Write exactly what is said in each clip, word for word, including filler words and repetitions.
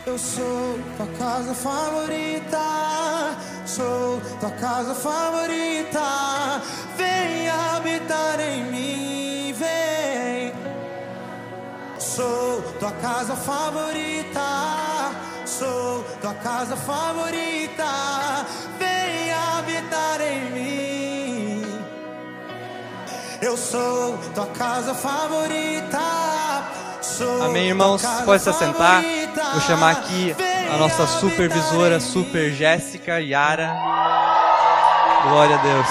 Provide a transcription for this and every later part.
Eu sou tua casa favorita, sou tua casa favorita. Vem habitar em mim, vem. Sou tua casa favorita, sou tua casa favorita. Vem habitar em mim. Eu sou tua casa favorita. Amém, irmãos? Pode se assentar. Vou chamar aqui a nossa supervisora, Super Jéssica Yara. Glória a Deus.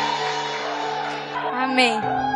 Amém.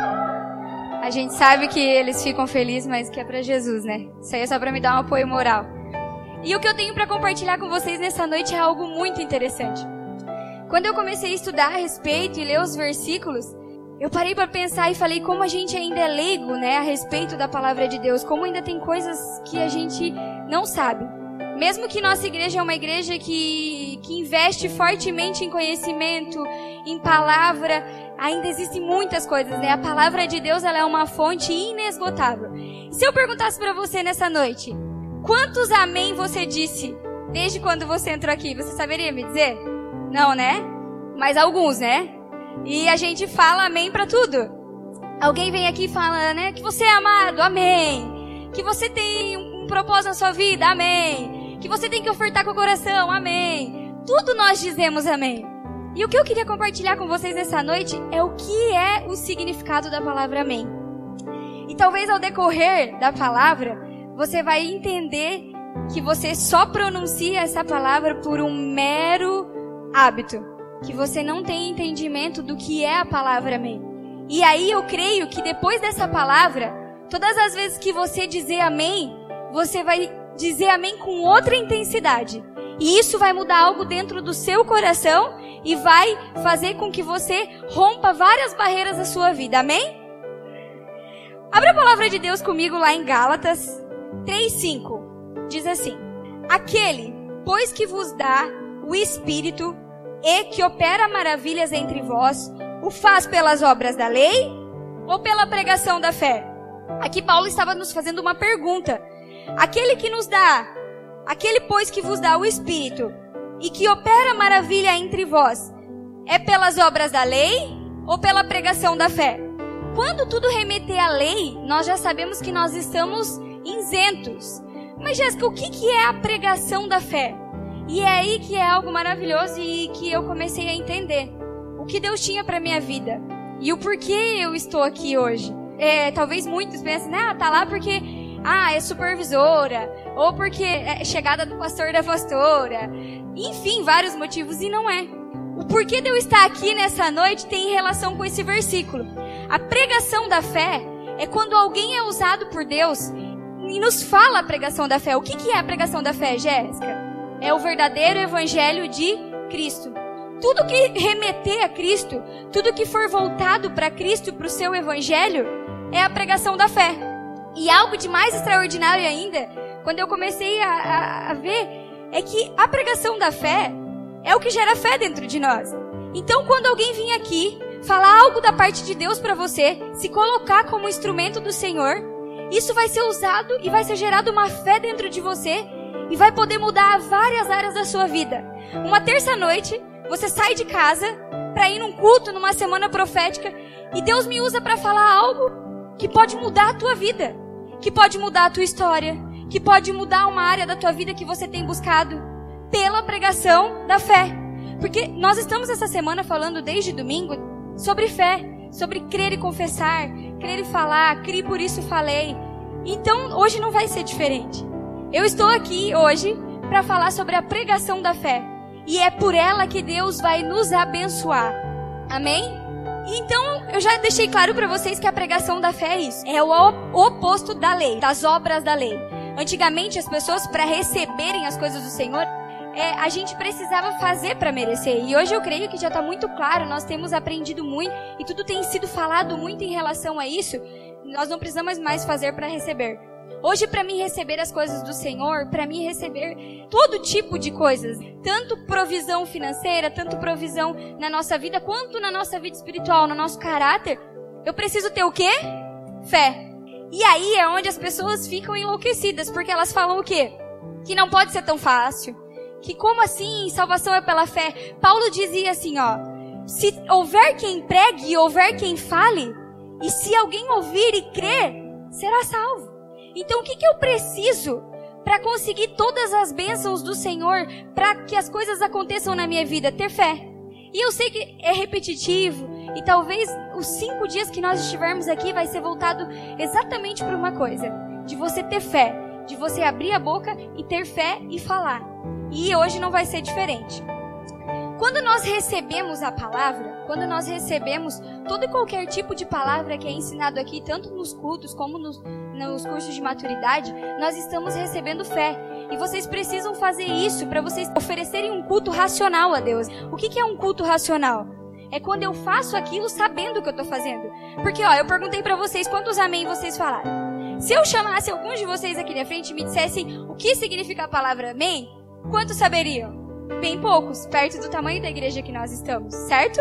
A gente sabe que eles ficam felizes, mas que é pra Jesus, né? Isso aí é só pra me dar um apoio moral. E o que eu tenho pra compartilhar com vocês nessa noite é algo muito interessante. Quando eu comecei a estudar a respeito e ler os versículos, eu parei para pensar e falei como a gente ainda é leigo, né, a respeito da palavra de Deus, como ainda tem coisas que a gente não sabe. Mesmo que nossa igreja é uma igreja que, que investe fortemente em conhecimento, em palavra, ainda existem muitas coisas, né? A palavra de Deus, ela é uma fonte inesgotável. Se eu perguntasse para você nessa noite, quantos amém você disse desde quando você entrou aqui? Você saberia me dizer? Não, né? Mas alguns, né? E a gente fala amém pra tudo. Alguém vem aqui e fala, né, que você é amado, amém. Que você tem um propósito na sua vida, amém. Que você tem que ofertar com o coração, amém. Tudo nós dizemos amém. E o que eu queria compartilhar com vocês nessa noite é o que é o significado da palavra amém. E talvez ao decorrer da palavra, você vai entender que você só pronuncia essa palavra por um mero hábito. Que você não tem entendimento do que é a palavra amém. E aí eu creio que depois dessa palavra, todas as vezes que você dizer amém, você vai dizer amém com outra intensidade. E isso vai mudar algo dentro do seu coração e vai fazer com que você rompa várias barreiras da sua vida. Amém? Abra a palavra de Deus comigo lá em Gálatas três, cinco. Diz assim: aquele, pois que vos dá o Espírito e que opera maravilhas entre vós, o faz pelas obras da lei ou pela pregação da fé? Aqui Paulo estava nos fazendo uma pergunta. Aquele que nos dá, aquele pois que vos dá o Espírito e que opera maravilha entre vós, é pelas obras da lei ou pela pregação da fé? Quando tudo remeter à lei, nós já sabemos que nós estamos isentos. Mas Jéssica, o que que é a pregação da fé? E é aí que é algo maravilhoso e que eu comecei a entender o que Deus tinha para minha vida e o porquê eu estou aqui hoje. É, talvez muitos pensem, ah, tá lá porque ah, é supervisora, ou porque é chegada do pastor da pastora, enfim, vários motivos, e não é. O porquê de eu estar aqui nessa noite tem relação com esse versículo. A pregação da fé é quando alguém é usado por Deus e nos fala a pregação da fé. O que que é a pregação da fé, Jéssica? É o verdadeiro evangelho de Cristo. Tudo que remeter a Cristo, tudo que for voltado para Cristo, para o seu evangelho, é a pregação da fé. E algo de mais extraordinário ainda, quando eu comecei a, a, a ver, é que a pregação da fé é o que gera fé dentro de nós. Então, quando alguém vir aqui, falar algo da parte de Deus para você, se colocar como instrumento do Senhor, isso vai ser usado e vai ser gerado uma fé dentro de você, e vai poder mudar várias áreas da sua vida. Uma terça-noite, você sai de casa para ir num culto, numa semana profética, e Deus me usa para falar algo que pode mudar a tua vida, que pode mudar a tua história, que pode mudar uma área da tua vida que você tem buscado, pela pregação da fé. Porque nós estamos essa semana falando desde domingo sobre fé, sobre crer e confessar, crer e falar, crer por isso falei. Então hoje não vai ser diferente. Eu estou aqui hoje para falar sobre a pregação da fé. E é por ela que Deus vai nos abençoar. Amém? Então, eu já deixei claro para vocês que a pregação da fé é isso. É o oposto da lei, das obras da lei. Antigamente, as pessoas, para receberem as coisas do Senhor, é, a gente precisava fazer para merecer. E hoje eu creio que já está muito claro, nós temos aprendido muito e tudo tem sido falado muito em relação a isso. Nós não precisamos mais fazer para receber. Hoje, para mim receber as coisas do Senhor, para mim receber todo tipo de coisas, tanto provisão financeira, tanto provisão na nossa vida, quanto na nossa vida espiritual, no nosso caráter, eu preciso ter o quê? Fé. E aí é onde as pessoas ficam enlouquecidas, porque elas falam o quê? que não pode ser tão fácil, que como assim salvação é pela fé? Paulo dizia assim, ó, se houver quem pregue e houver quem fale, e se alguém ouvir e crer, será salvo. Então o que, que eu preciso para conseguir todas as bênçãos do Senhor, para que as coisas aconteçam na minha vida? Ter fé. E eu sei que é repetitivo, e talvez os cinco dias que nós estivermos aqui vai ser voltado exatamente para uma coisa, de você ter fé, de você abrir a boca e ter fé e falar. E hoje não vai ser diferente. Quando nós recebemos a palavra, quando nós recebemos todo e qualquer tipo de palavra que é ensinado aqui, tanto nos cultos como nos, nos cursos de maturidade, nós estamos recebendo fé. E vocês precisam fazer isso para vocês oferecerem um culto racional a Deus. O que, que é um culto racional? É quando eu faço aquilo sabendo o que eu estou fazendo. Porque, ó, eu perguntei para vocês quantos amém vocês falaram. Se eu chamasse alguns de vocês aqui na frente e me dissessem o que significa a palavra amém, quantos saberiam? Bem poucos, perto do tamanho da igreja que nós estamos, certo?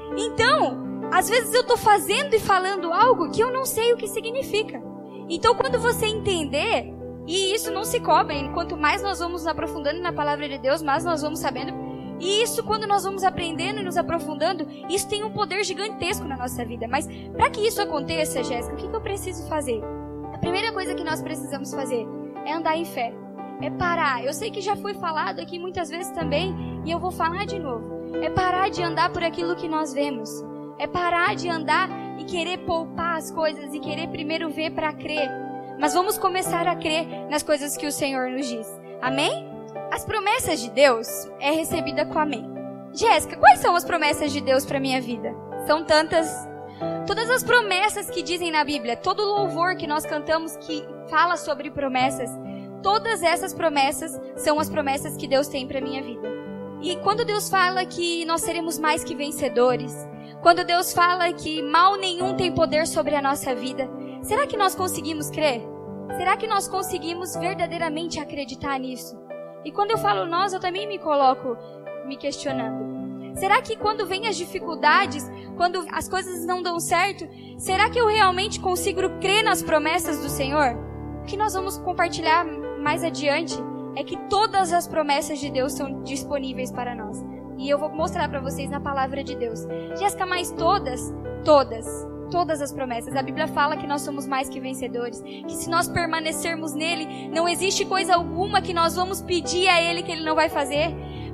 Então, às vezes eu estou fazendo e falando algo que eu não sei o que significa. Então, quando você entender, e isso não se cobre, quanto mais nós vamos nos aprofundando na palavra de Deus, mais nós vamos sabendo. E isso, quando nós vamos aprendendo e nos aprofundando, isso tem um poder gigantesco na nossa vida. Mas, para que isso aconteça, Jéssica, o que, que eu preciso fazer? A primeira coisa que nós precisamos fazer é andar em fé. É parar. Eu sei que já foi falado aqui muitas vezes também, e eu vou falar de novo. É parar de andar por aquilo que nós vemos. É parar de andar e querer poupar as coisas e querer primeiro ver para crer. Mas vamos começar a crer nas coisas que o Senhor nos diz. Amém? As promessas de Deus é recebida com amém. Jéssica, quais são as promessas de Deus para minha vida? São tantas. Todas as promessas que dizem na Bíblia, todo louvor que nós cantamos que fala sobre promessas, todas essas promessas são as promessas que Deus tem para minha vida. E quando Deus fala que nós seremos mais que vencedores, quando Deus fala que mal nenhum tem poder sobre a nossa vida, será que nós conseguimos crer? Será que nós conseguimos verdadeiramente acreditar nisso? E quando eu falo nós, eu também me coloco me questionando. Será que quando vem as dificuldades, quando as coisas não dão certo, será que eu realmente consigo crer nas promessas do Senhor? O que nós vamos compartilhar mais adiante é que todas as promessas de Deus são disponíveis para nós. E eu vou mostrar para vocês na palavra de Deus. Jéssica, mas todas, todas, todas as promessas. A Bíblia fala que nós somos mais que vencedores. Que se nós permanecermos nele, não existe coisa alguma que nós vamos pedir a ele que ele não vai fazer.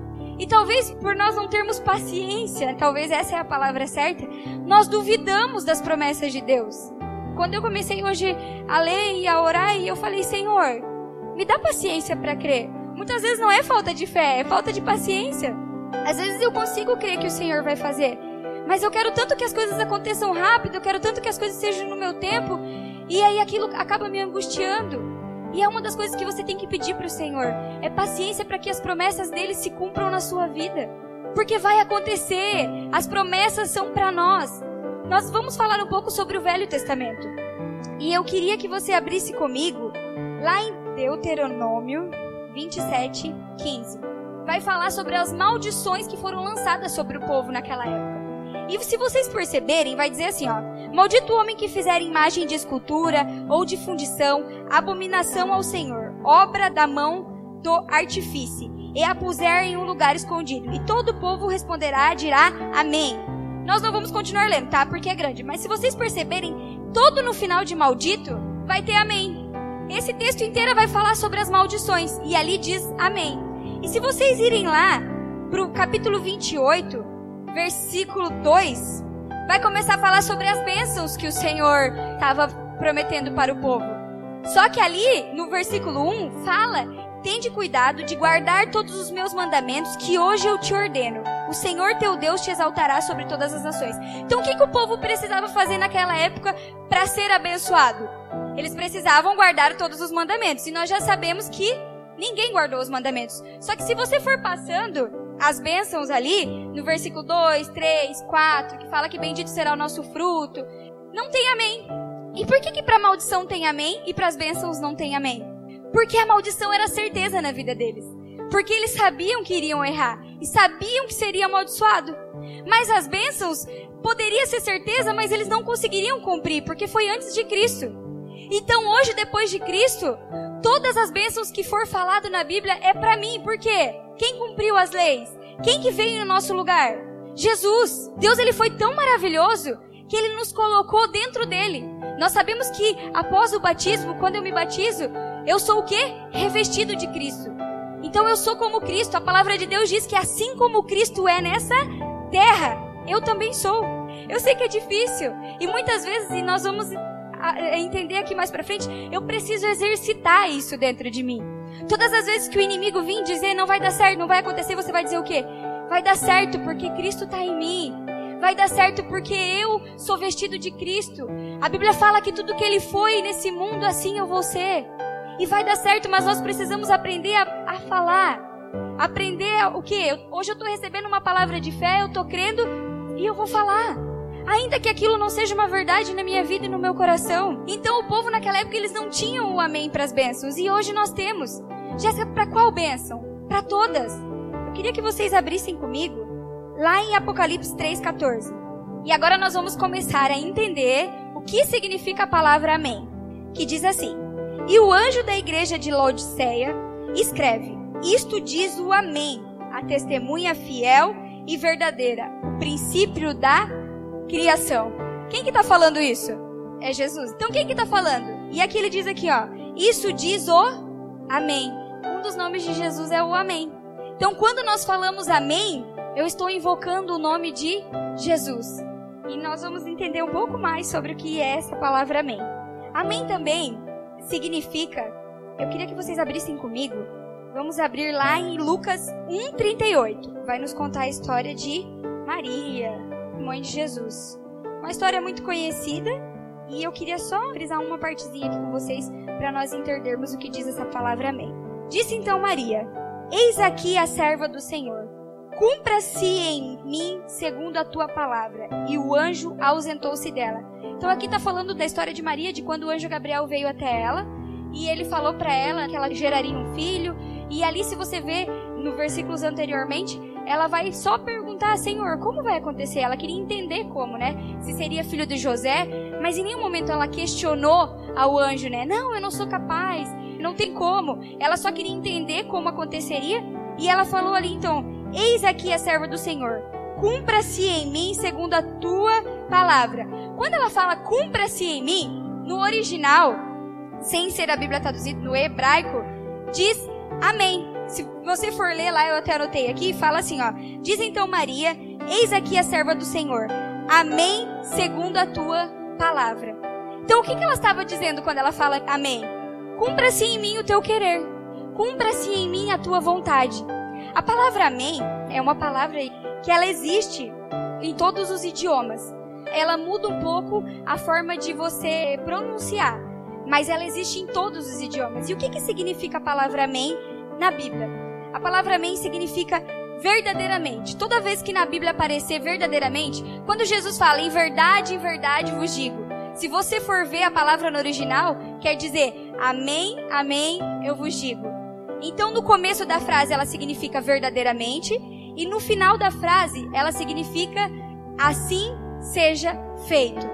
E talvez por nós não termos paciência, talvez essa é a palavra certa, nós duvidamos das promessas de Deus. Quando eu comecei hoje a ler e a orar, e eu falei, Senhor, me dá paciência para crer. Muitas vezes não é falta de fé, é falta de paciência. Às vezes eu consigo crer que o Senhor vai fazer, mas eu quero tanto que as coisas aconteçam rápido, eu quero tanto que as coisas sejam no meu tempo, e aí aquilo acaba me angustiando. E é uma das coisas que você tem que pedir para o Senhor, é paciência para que as promessas dele se cumpram na sua vida. Porque vai acontecer, as promessas são para nós. Nós vamos falar um pouco sobre o Velho Testamento. E eu queria que você abrisse comigo, lá em Deuteronômio vinte e sete, quinze. Vai falar sobre as maldições que foram lançadas sobre o povo naquela época. E se vocês perceberem, vai dizer assim, ó: maldito o homem que fizer imagem de escultura ou de fundição, abominação ao Senhor, obra da mão do artífice, e a puser em um lugar escondido. E todo o povo responderá, dirá amém. Nós não vamos continuar lendo, tá? Porque é grande. Mas se vocês perceberem, todo no final de maldito vai ter amém. Esse texto inteiro vai falar sobre as maldições. E ali diz amém. E se vocês irem lá pro capítulo vinte e oito, versículo dois, vai começar a falar sobre as bênçãos que o Senhor estava prometendo para o povo. Só que ali, no versículo um, fala: tende cuidado de guardar todos os meus mandamentos que hoje eu te ordeno. O Senhor teu Deus te exaltará sobre todas as nações. Então o que, que o povo precisava fazer naquela época para ser abençoado? Eles precisavam guardar todos os mandamentos. E nós já sabemos que ninguém guardou os mandamentos. Só que se você for passando as bênçãos ali, no versículo dois, três, quatro, que fala que bendito será o nosso fruto, não tem amém. E por que que para a maldição tem amém e para as bênçãos não tem amém? Porque a maldição era certeza na vida deles. Porque eles sabiam que iriam errar e sabiam que seria amaldiçoado. Mas as bênçãos poderia ser certeza, mas eles não conseguiriam cumprir, porque foi antes de Cristo. Então hoje, depois de Cristo, todas as bênçãos que for falado na Bíblia é para mim. Por quê? Quem cumpriu as leis? Quem que veio no nosso lugar? Jesus. Deus, ele foi tão maravilhoso que ele nos colocou dentro dele. Nós sabemos que após o batismo, quando eu me batizo, eu sou o quê? Revestido de Cristo. Então eu sou como Cristo. A palavra de Deus diz que assim como Cristo é nessa terra, eu também sou. Eu sei que é difícil. E muitas vezes, e nós vamos entender aqui mais pra frente, eu preciso exercitar isso dentro de mim. Todas as vezes que o inimigo vir dizer não vai dar certo, não vai acontecer, você vai dizer o quê? Vai dar certo porque Cristo tá em mim. Vai dar certo porque eu sou vestido de Cristo. A Bíblia fala que tudo que ele foi nesse mundo, assim eu vou ser. E vai dar certo, mas nós precisamos aprender a, a falar. Aprender o quê? Eu, hoje eu estou recebendo uma palavra de fé, eu estou crendo e eu vou falar. Ainda que aquilo não seja uma verdade na minha vida e no meu coração. Então o povo naquela época, eles não tinham o amém para as bênçãos. E hoje nós temos. Jéssica, para qual bênção? Para todas. Eu queria que vocês abrissem comigo lá em Apocalipse três, quatorze. E agora nós vamos começar a entender o que significa a palavra amém. Que diz assim: e o anjo da igreja de Laodiceia escreve: isto diz o amém, a testemunha fiel e verdadeira, o princípio da criação. Quem que tá falando isso? É Jesus. Então quem que tá falando? E aqui ele diz aqui, ó, isso diz o amém. Um dos nomes de Jesus é o amém. Então quando nós falamos amém, eu estou invocando o nome de Jesus. E nós vamos entender um pouco mais sobre o que é essa palavra amém. Amém também significa, eu queria que vocês abrissem comigo, vamos abrir lá em Lucas um, trinta e oito. Vai nos contar a história de Maria, mãe de Jesus. Uma história muito conhecida, e eu queria só frisar uma partezinha aqui com vocês para nós entendermos o que diz essa palavra amém. Disse então Maria: eis aqui a serva do Senhor, cumpra-se em mim segundo a tua palavra. E o anjo ausentou-se dela. Então aqui está falando da história de Maria, de quando o anjo Gabriel veio até ela, e ele falou para ela que ela geraria um filho. E ali, se você vê no versículos anteriormente, ela vai só perguntar: Senhor, como vai acontecer? Ela queria entender como, né? Se seria filho de José, mas em nenhum momento ela questionou ao anjo, né? Não, eu não sou capaz, não tem como. Ela só queria entender como aconteceria. E ela falou ali então: eis aqui a serva do Senhor, cumpra-se em mim segundo a tua palavra. Quando ela fala cumpra-se em mim, no original, sem ser a Bíblia traduzida no hebraico, diz amém. Se você for ler lá, eu até anotei aqui, fala assim, ó: diz então Maria: eis aqui a serva do Senhor, amém segundo a tua palavra. Então o que, que ela estava dizendo quando ela fala amém? Cumpra-se em mim o teu querer, cumpra-se em mim a tua vontade. A palavra amém é uma palavra que ela existe em todos os idiomas. Ela muda um pouco a forma de você pronunciar, mas ela existe em todos os idiomas. E o que, que significa a palavra amém na Bíblia? A palavra amém significa verdadeiramente. Toda vez que na Bíblia aparecer verdadeiramente, quando Jesus fala em verdade, em verdade vos digo, se você for ver a palavra no original, quer dizer amém, amém, eu vos digo. Então no começo da frase ela significa verdadeiramente, e no final da frase ela significa assim seja feito.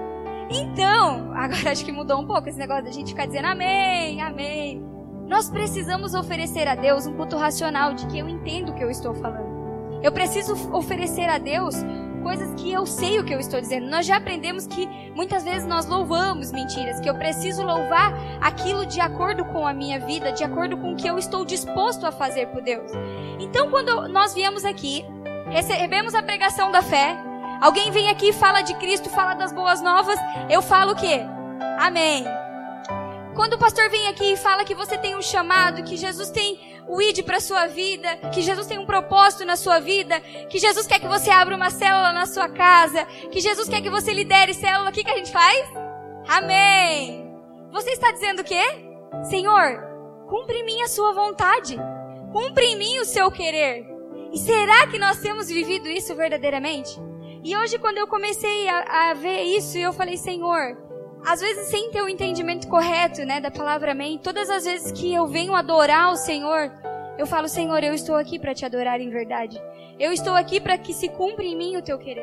Então, agora acho que mudou um pouco esse negócio da gente ficar dizendo amém, amém. Nós precisamos oferecer a Deus um culto racional de que eu entendo o que eu estou falando. Eu preciso oferecer a Deus coisas que eu sei o que eu estou dizendo. Nós já aprendemos que muitas vezes nós louvamos mentiras, que eu preciso louvar aquilo de acordo com a minha vida, de acordo com o que eu estou disposto a fazer por Deus. Então, quando nós viemos aqui, recebemos a pregação da fé, alguém vem aqui e fala de Cristo, fala das boas novas, eu falo o quê? Amém. Quando o pastor vem aqui e fala que você tem um chamado, que Jesus tem o I D para sua vida, que Jesus tem um propósito na sua vida, que Jesus quer que você abra uma célula na sua casa, que Jesus quer que você lidere célula, o que, que a gente faz? Amém. Você está dizendo o quê? Senhor, cumpre em mim a sua vontade, cumpre em mim o seu querer. E será que nós temos vivido isso verdadeiramente? E hoje, quando eu comecei a, a ver isso, eu falei: Senhor, às vezes sem ter o entendimento correto, né, da palavra amém, todas as vezes que eu venho adorar o Senhor, eu falo: Senhor, eu estou aqui para te adorar em verdade. Eu estou aqui para que se cumpra em mim o teu querer.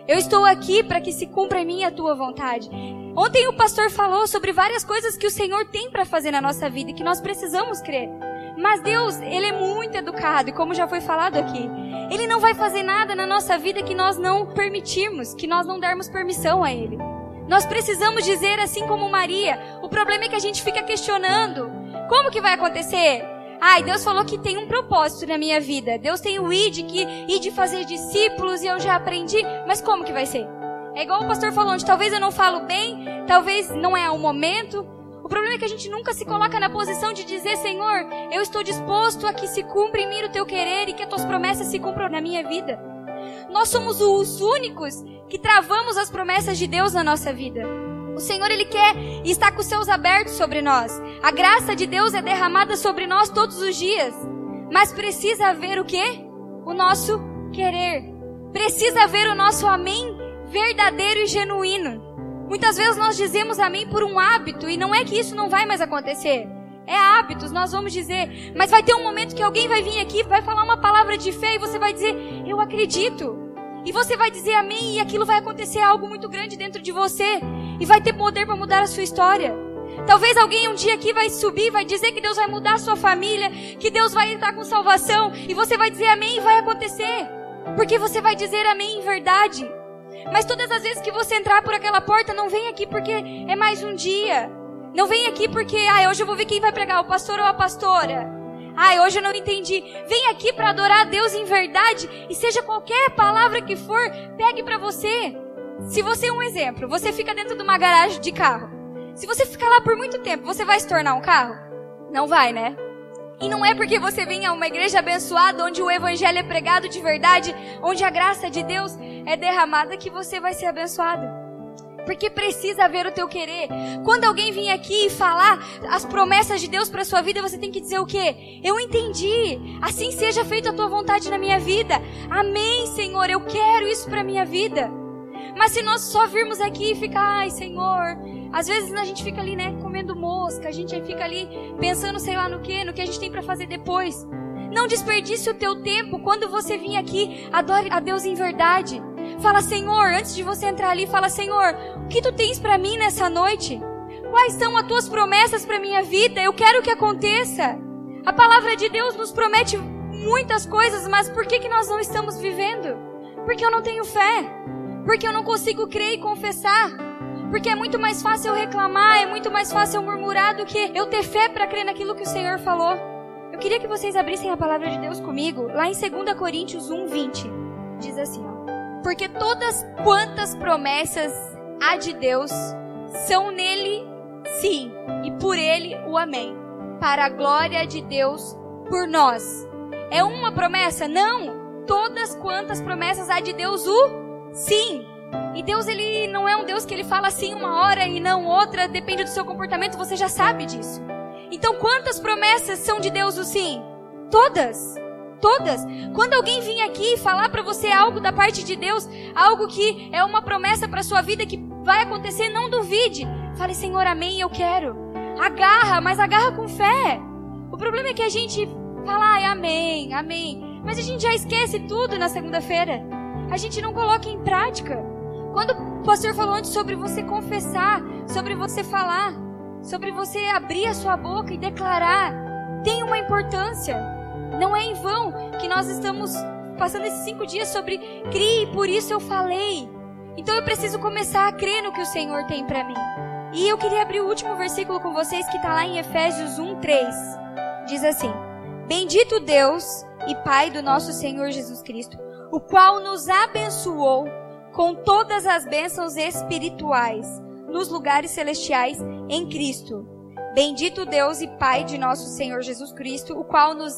Eu estou aqui para que se cumpra em mim a tua vontade. Ontem o pastor falou sobre várias coisas que o Senhor tem para fazer na nossa vida e que nós precisamos crer. Mas Deus, Ele é muito educado e como já foi falado aqui, Ele não vai fazer nada na nossa vida que nós não permitirmos, que nós não dermos permissão a Ele. Nós precisamos dizer assim como Maria. O problema é que a gente fica questionando. Como que vai acontecer? Ai, Deus falou que tem um propósito na minha vida. Deus tem o id, que id fazer discípulos e eu já aprendi. Mas como que vai ser? É igual o pastor falou, onde talvez eu não falo bem, talvez não é o momento. O problema é que a gente nunca se coloca na posição de dizer, Senhor, eu estou disposto a que se cumpra em mim o teu querer e que as tuas promessas se cumpram na minha vida. Nós somos os únicos que travamos as promessas de Deus na nossa vida. O Senhor, Ele quer e está com os céus abertos sobre nós. A graça de Deus é derramada sobre nós todos os dias. Mas precisa haver o quê? O nosso querer. Precisa haver o nosso amém verdadeiro e genuíno. Muitas vezes nós dizemos amém por um hábito e não é que isso não vai mais acontecer. É hábitos, nós vamos dizer. Mas vai ter um momento que alguém vai vir aqui, vai falar uma palavra de fé e você vai dizer, eu acredito. E você vai dizer amém e aquilo vai acontecer algo muito grande dentro de você. E vai ter poder para mudar a sua história. Talvez alguém um dia aqui vai subir, vai dizer que Deus vai mudar a sua família, que Deus vai entrar com salvação. E você vai dizer amém e vai acontecer. Porque você vai dizer amém em verdade. Mas todas as vezes que você entrar por aquela porta, não vem aqui porque é mais um dia. Não vem aqui porque, ah, hoje eu vou ver quem vai pregar, o pastor ou a pastora. Ai, hoje eu não entendi. Vem aqui para adorar a Deus em verdade. E seja qualquer palavra que for, pegue para você. Se você é um exemplo, você fica dentro de uma garagem de carro. Se você ficar lá por muito tempo, você vai se tornar um carro? Não vai, né? E não é porque você vem a uma igreja abençoada, onde o evangelho é pregado de verdade, onde a graça de Deus é derramada, que você vai ser abençoado. Porque precisa haver o teu querer. Quando alguém vir aqui e falar as promessas de Deus para sua vida, você tem que dizer o quê? Eu entendi. Assim seja feita a tua vontade na minha vida. Amém, Senhor, eu quero isso para minha vida. Mas se nós só virmos aqui e ficar, ai, Senhor, às vezes a gente fica ali, né, comendo mosca, a gente fica ali pensando, sei lá no que, no que a gente tem para fazer depois. Não desperdice o teu tempo. Quando você vir aqui, adore a Deus em verdade. Fala, Senhor, antes de você entrar ali, fala, Senhor, o que tu tens para mim nessa noite? Quais são as tuas promessas para minha vida? Eu quero que aconteça. A palavra de Deus nos promete muitas coisas, mas por que que nós não estamos vivendo? Porque eu não tenho fé. Porque eu não consigo crer e confessar. Porque é muito mais fácil eu reclamar, é muito mais fácil eu murmurar do que eu ter fé para crer naquilo que o Senhor falou. Eu queria que vocês abrissem a palavra de Deus comigo, lá em dois Coríntios um, vinte. Diz assim, ó. Porque todas quantas promessas há de Deus são nele sim, e por ele o amém. Para a glória de Deus por nós. É uma promessa? Não. Todas quantas promessas há de Deus o sim. E Deus, Ele não é um Deus que Ele fala sim uma hora e não outra, depende do seu comportamento, você já sabe disso. Então quantas promessas são de Deus o sim? Todas. Todas. Quando alguém vir aqui e falar para você algo da parte de Deus, algo que é uma promessa para sua vida que vai acontecer, não duvide. Fale, Senhor, amém, eu quero. Agarra, mas agarra com fé. O problema é que a gente fala, ai, amém, amém. Mas a gente já esquece tudo na segunda-feira. A gente não coloca em prática. Quando o pastor falou antes sobre você confessar, sobre você falar, sobre você abrir a sua boca e declarar, tem uma importância. Não é em vão que nós estamos passando esses cinco dias sobre crie, por isso eu falei. Então eu preciso começar a crer no que o Senhor tem para mim. E eu queria abrir o último versículo com vocês, que está lá em Efésios um, três. Diz assim: Bendito Deus e Pai do nosso Senhor Jesus Cristo, o qual nos abençoou com todas as bênçãos espirituais nos lugares celestiais em Cristo. Bendito Deus e Pai de nosso Senhor Jesus Cristo, o qual nos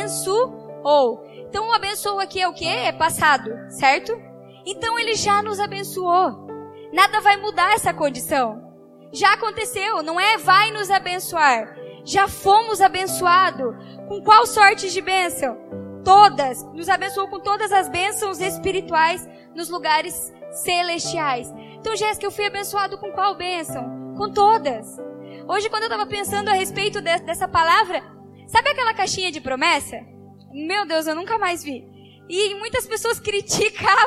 abençoou. Então o abençoou aqui é o quê? É passado, certo? Então Ele já nos abençoou. Nada vai mudar essa condição. Já aconteceu, não é vai nos abençoar. Já fomos abençoados. Com qual sorte de bênção? Todas. Nos abençoou com todas as bênçãos espirituais nos lugares celestiais. Então, Jéssica, eu fui abençoado com qual bênção? Com todas. Hoje, quando eu estava pensando a respeito de, dessa palavra, sabe aquela caixinha de promessa? Meu Deus, eu nunca mais vi. E muitas pessoas criticavam.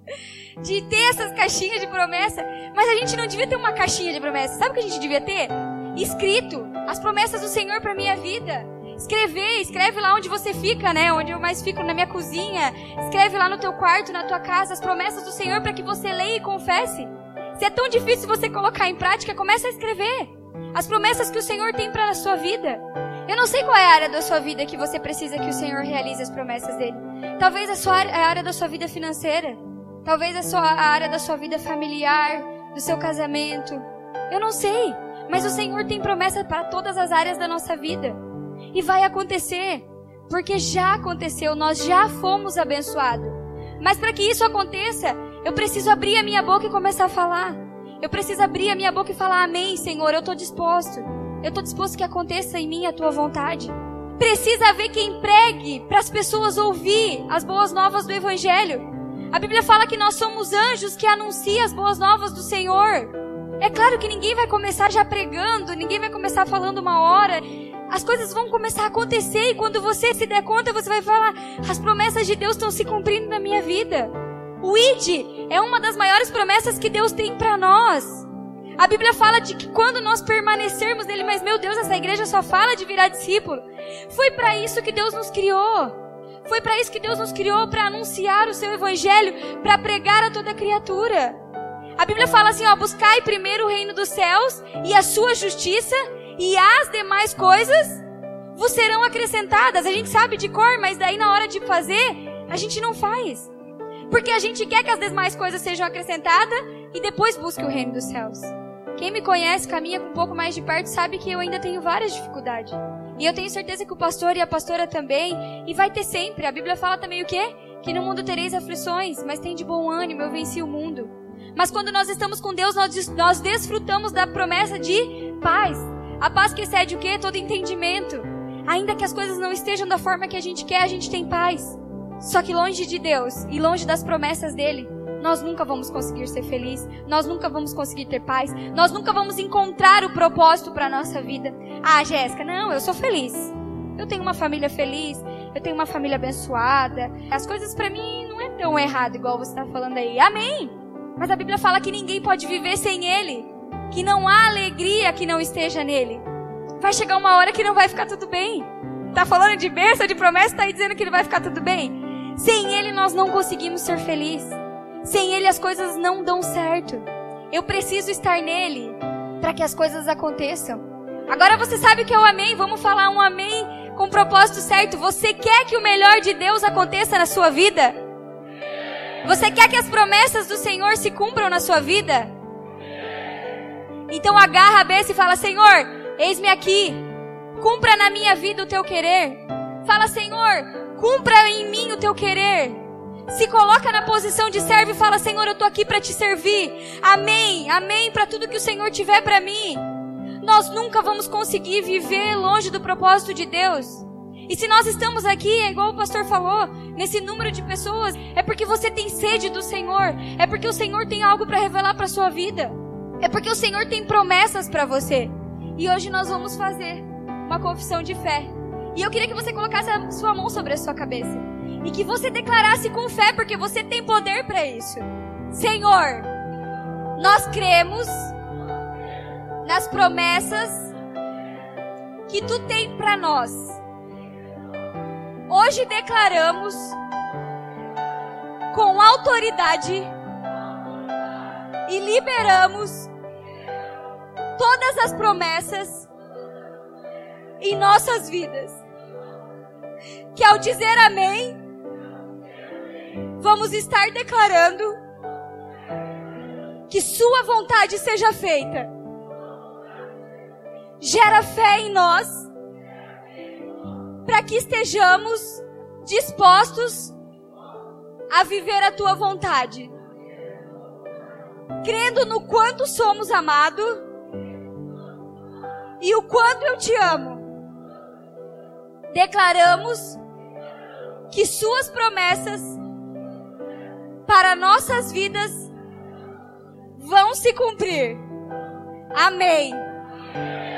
de ter essas caixinhas de promessa, mas a gente não devia ter uma caixinha de promessa. Sabe o que a gente devia ter? Escrito as promessas do Senhor para minha vida. Escrever, escreve lá onde você fica, né? Onde eu mais fico, na minha cozinha. Escreve lá no teu quarto, na tua casa, as promessas do Senhor para que você leia e confesse. Se é tão difícil você colocar em prática, começa a escrever as promessas que o Senhor tem para a sua vida. Eu não sei qual é a área da sua vida que você precisa que o Senhor realize as promessas dele. Talvez a, sua, a área da sua vida financeira. Talvez a, sua, a área da sua vida familiar, do seu casamento. Eu não sei. Mas o Senhor tem promessa para todas as áreas da nossa vida. E vai acontecer. Porque já aconteceu. Nós já fomos abençoados. Mas para que isso aconteça, eu preciso abrir a minha boca e começar a falar. Eu preciso abrir a minha boca e falar: amém, Senhor, eu estou disposto. Eu estou disposto que aconteça em mim a tua vontade. Precisa haver quem pregue para as pessoas ouvir as boas novas do Evangelho. A Bíblia fala que nós somos anjos que anunciam as boas novas do Senhor. É claro que ninguém vai começar já pregando, ninguém vai começar falando uma hora. As coisas vão começar a acontecer e quando você se der conta, você vai falar: as promessas de Deus estão se cumprindo na minha vida. O I D é uma das maiores promessas que Deus tem para nós. A Bíblia fala de que quando nós permanecermos nele, mas meu Deus, essa igreja só fala de virar discípulo. Foi para isso que Deus nos criou. Foi para isso que Deus nos criou, para anunciar o seu evangelho, para pregar a toda criatura. A Bíblia fala assim, ó: buscai primeiro o reino dos céus e a sua justiça, e as demais coisas vos serão acrescentadas. A gente sabe de cor, mas daí na hora de fazer, a gente não faz. Porque a gente quer que as demais coisas sejam acrescentadas e depois busque o reino dos céus. Quem me conhece, caminha com um pouco mais de perto, sabe que eu ainda tenho várias dificuldades. E eu tenho certeza que o pastor e a pastora também, e vai ter sempre. A Bíblia fala também o quê? Que no mundo tereis aflições, mas tem de bom ânimo, eu venci o mundo. Mas quando nós estamos com Deus, nós, nós desfrutamos da promessa de paz. A paz que excede o quê? Todo entendimento. Ainda que as coisas não estejam da forma que a gente quer, a gente tem paz. Só que longe de Deus e longe das promessas dele, nós nunca vamos conseguir ser felizes, nós nunca vamos conseguir ter paz, nós nunca vamos encontrar o propósito para a nossa vida. Ah, Jéssica, não, eu sou feliz. Eu tenho uma família feliz, eu tenho uma família abençoada. As coisas para mim não é tão errado igual você está falando aí. Amém! Mas a Bíblia fala que ninguém pode viver sem ele, que não há alegria que não esteja nele. Vai chegar uma hora que não vai ficar tudo bem. Tá falando de bênção, de promessa, tá aí dizendo que não vai ficar tudo bem? Sem ele nós não conseguimos ser felizes. Sem ele as coisas não dão certo. Eu preciso estar nele para que as coisas aconteçam. Agora você sabe o que é o amém? Vamos falar um amém com o propósito certo. Você quer que o melhor de Deus aconteça na sua vida? Você quer que as promessas do Senhor se cumpram na sua vida? Então agarra a bênção e fala: Senhor, eis-me aqui. Cumpra na minha vida o teu querer. Fala: Senhor, cumpra em mim o teu querer. Se coloca na posição de servo e fala: Senhor, eu estou aqui para te servir. Amém, amém para tudo que o Senhor tiver para mim. Nós nunca vamos conseguir viver longe do propósito de Deus. E se nós estamos aqui, é igual o pastor falou, nesse número de pessoas, é porque você tem sede do Senhor. É porque o Senhor tem algo para revelar para a sua vida. É porque o Senhor tem promessas para você. E hoje nós vamos fazer uma confissão de fé. E eu queria que você colocasse a sua mão sobre a sua cabeça. E que você declarasse com fé, porque você tem poder para isso. Senhor, nós cremos nas promessas que Tu tem para nós. Hoje declaramos com autoridade e liberamos todas as promessas em nossas vidas. Que ao dizer amém, vamos estar declarando que Sua vontade seja feita. Gera fé em nós, para que estejamos dispostos a viver a Tua vontade. Crendo no quanto somos amados e o quanto eu Te amo. Declaramos que Suas promessas para nossas vidas vão se cumprir. Amém.